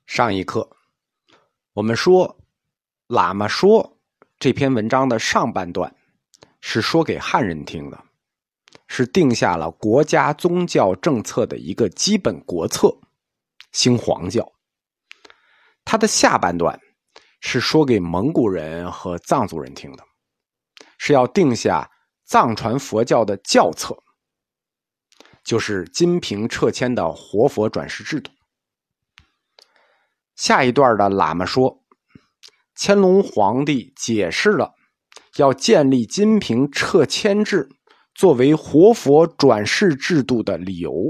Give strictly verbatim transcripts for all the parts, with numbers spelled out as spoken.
上一课我们说喇嘛说这篇文章的上半段是说给汉人听的，是定下了国家宗教政策的一个基本国策，兴黄教。它的下半段是说给蒙古人和藏族人听的，是要定下藏传佛教的教策，就是金瓶撤迁的活佛转世制度。下一段的喇嘛说，乾隆皇帝解释了要建立金瓶撤迁制作为活佛转世制度的理由。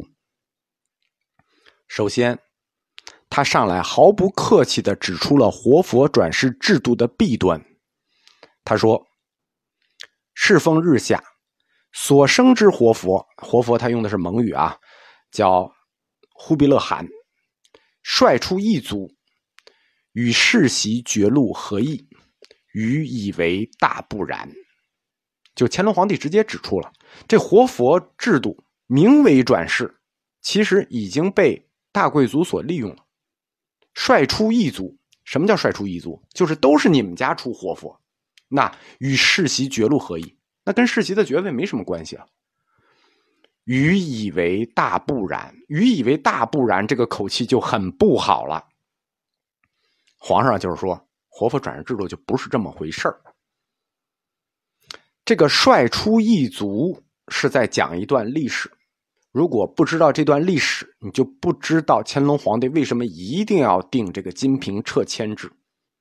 首先，他上来毫不客气地指出了活佛转世制度的弊端。他说，世风日下，所生之活佛，活佛他用的是蒙语啊，叫忽必勒汗，率出一族，与世袭绝路何异？予以为大不然。就乾隆皇帝直接指出了，这活佛制度名为转世，其实已经被大贵族所利用了。率出一族，什么叫率出一族？就是都是你们家出活佛，那与世袭绝路何异？那跟世袭的爵位没什么关系啊。予以为大不然，予以为大不然，这个口气就很不好了。皇上就是说，活佛转世制度就不是这么回事儿。这个率出一族是在讲一段历史，如果不知道这段历史，你就不知道乾隆皇帝为什么一定要定这个金瓶撤迁制。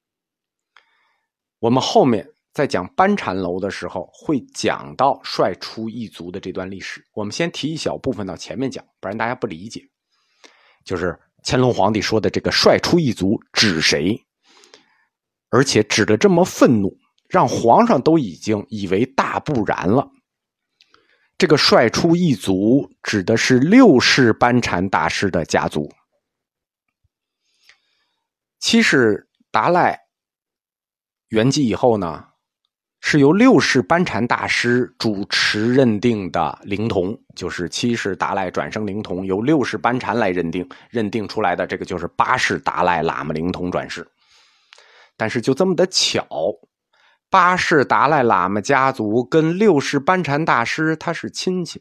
我们后面在讲班禅楼的时候会讲到率出一族的这段历史，我们先提一小部分到前面讲，不然大家不理解。就是乾隆皇帝说的这个率出一族指谁，而且指得这么愤怒，让皇上都已经以为大不然了。这个率出一族指的是六世班禅大师的家族。七世达赖圆寂以后呢，是由六世班禅大师主持认定的灵童，就是七世达赖转生灵童由六世班禅来认定，认定出来的这个就是八世达赖喇嘛灵童转世。但是就这么的巧，八世达赖喇嘛家族跟六世班禅大师他是亲戚。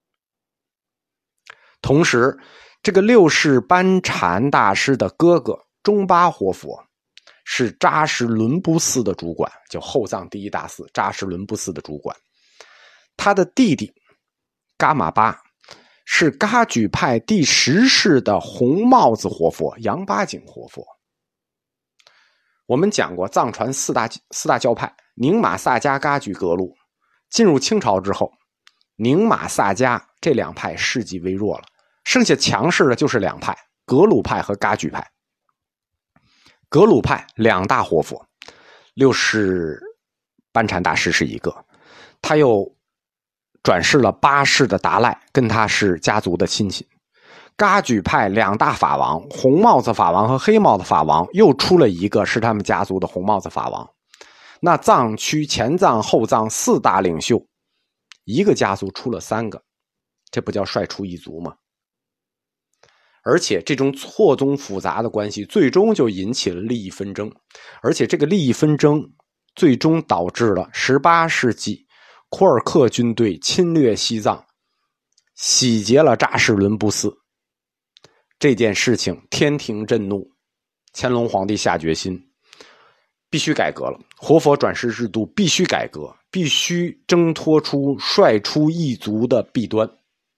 同时，这个六世班禅大师的哥哥中巴活佛是扎什伦布寺的主管，就后藏第一大寺扎什伦布寺的主管。他的弟弟噶玛巴是噶举派第十世的红帽子活佛杨八景活佛。我们讲过藏传四大四大教派，宁玛萨迦噶举格鲁，进入清朝之后，宁玛萨迦这两派势极微弱了，剩下强势的就是两派，格鲁派和噶举派。格鲁派两大活佛，六世班禅大师是一个，他又转世了八世的达赖，跟他是家族的亲戚。噶举派两大法王，红帽子法王和黑帽子法王，又出了一个是他们家族的红帽子法王。那藏区前藏后藏四大领袖，一个家族出了三个，这不叫率出一族吗？而且这种错综复杂的关系最终就引起了利益纷争，而且这个利益纷争最终导致了十八世纪库尔克军队侵略西藏，洗劫了扎什伦布寺。这件事情天庭震怒，乾隆皇帝下决心必须改革了，活佛转世制度必须改革，必须挣脱出率出一族的弊端。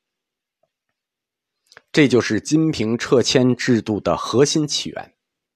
这就是金瓶撤迁制度的核心起源。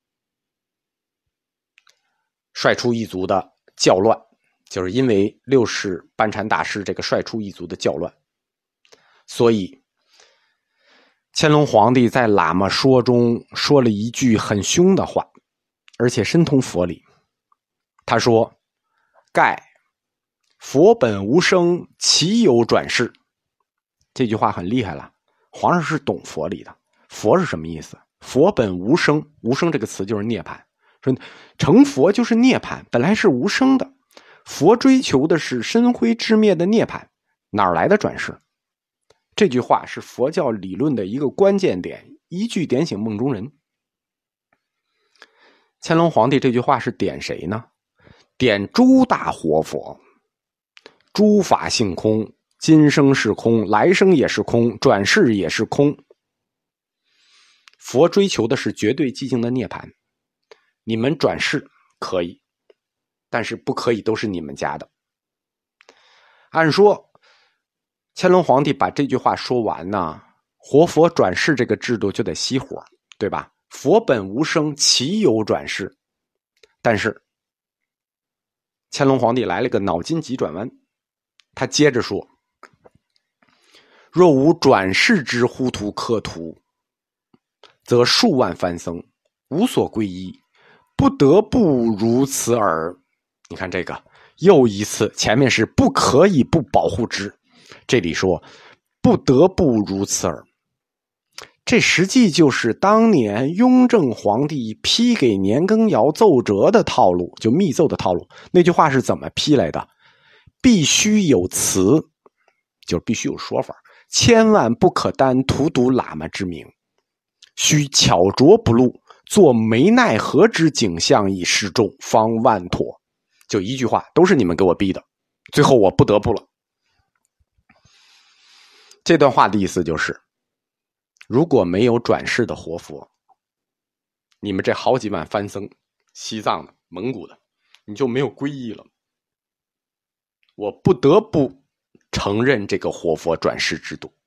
率出一族的教乱，就是因为六世班禅大师这个率出一族的教乱，所以乾隆皇帝在喇嘛说中说了一句很凶的话，而且深通佛理。他说，盖佛本无生，岂有转世？这句话很厉害了，皇上是懂佛理的。佛是什么意思？佛本无生，无生这个词就是涅槃，说成佛就是涅槃，本来是无生的，佛追求的是身灰之灭的涅槃，哪儿来的转世？这句话是佛教理论的一个关键点，一句点醒梦中人。 乾隆皇帝这句话是点谁呢？点诸大活佛。诸法性空，今生是空，来生也是空，转世也是空。佛追求的是绝对寂静的涅槃，你们转世可以，但是不可以都是你们家的。按说乾隆皇帝把这句话说完呢，活佛转世这个制度就得熄火，对吧？佛本无生，岂有转世？但是乾隆皇帝来了个脑筋急转弯，他接着说，若无转世之糊涂客途，则数万凡僧无所皈依，不得不如此耳。你看这个又一次，前面是不可以不保护之，这里说不得不如此耳。这实际就是当年雍正皇帝批给年羹尧奏折的套路，就密奏的套路。那句话是怎么批来的？必须有词，就是必须有说法，千万不可单荼毒喇嘛之名，须巧拙不露，做没奈何之景象以示众，方万妥。就一句话，都是你们给我逼的，最后我不得不了。这段话的意思就是，如果没有转世的活佛，你们这好几万番僧，西藏的、蒙古的，你就没有皈依了。我不得不承认这个活佛转世制度。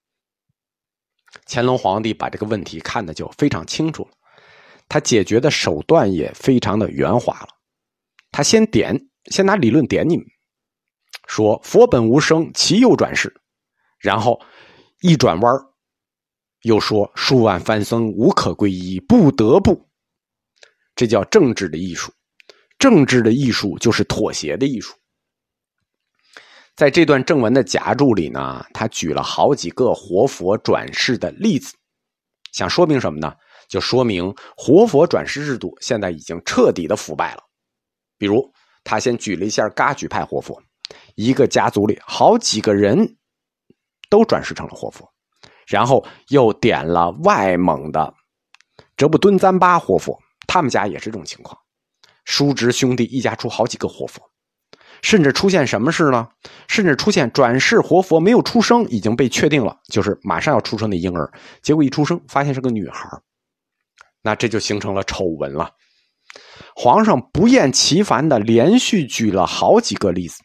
乾隆皇帝把这个问题看得就非常清楚了，他解决的手段也非常的圆滑了。他先点，先拿理论点你们，说佛本无生，其有转世，然后一转弯又说数万番僧无可皈依，不得不。这叫政治的艺术，政治的艺术就是妥协的艺术。在这段正文的夹注里呢，他举了好几个活佛转世的例子，想说明什么呢？就说明活佛转世制度现在已经彻底的腐败了。比如他先举了一下噶举派活佛，一个家族里好几个人都转世成了活佛，然后又点了外蒙的哲布敦赞巴活佛，他们家也是这种情况，叔侄兄弟一家出好几个活佛。甚至出现什么事呢？甚至出现转世活佛没有出生，已经被确定了，就是马上要出生的婴儿，结果一出生发现是个女孩，那这就形成了丑闻了。皇上不厌其烦的连续举了好几个例子。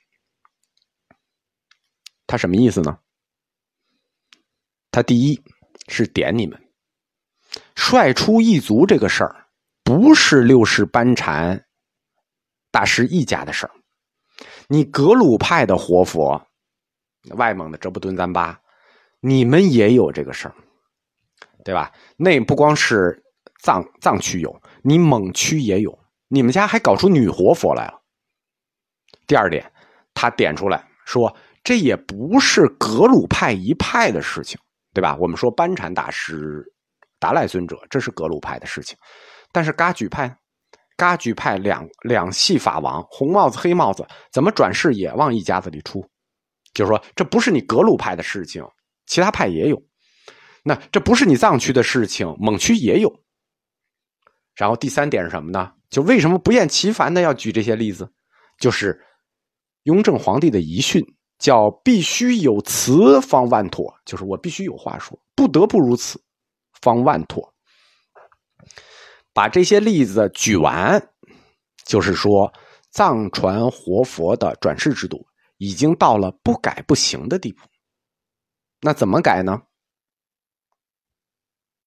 他什么意思呢？他第一是点你们，率出一族这个事儿不是六世班禅大师一家的事儿，你格鲁派的活佛，外蒙的哲布敦赞巴，你们也有这个事儿，对吧？那不光是藏藏区有，你蒙区也有，你们家还搞出女活佛来了。第二点，他点出来说，这也不是格鲁派一派的事情，对吧？我们说班禅大师、达赖尊者，这是格鲁派的事情，但是噶举派。噶举派两两系法王，红帽子黑帽子，怎么转世也往一家子里出？就是说，这不是你格鲁派的事情，其他派也有。那这不是你藏区的事情，蒙区也有。然后第三点是什么呢？就为什么不厌其烦的要举这些例子？就是雍正皇帝的遗训，叫必须有词方万妥，就是我必须有话说，不得不如此，方万妥。把这些例子举完，就是说藏传活佛的转世制度已经到了不改不行的地步。那怎么改呢？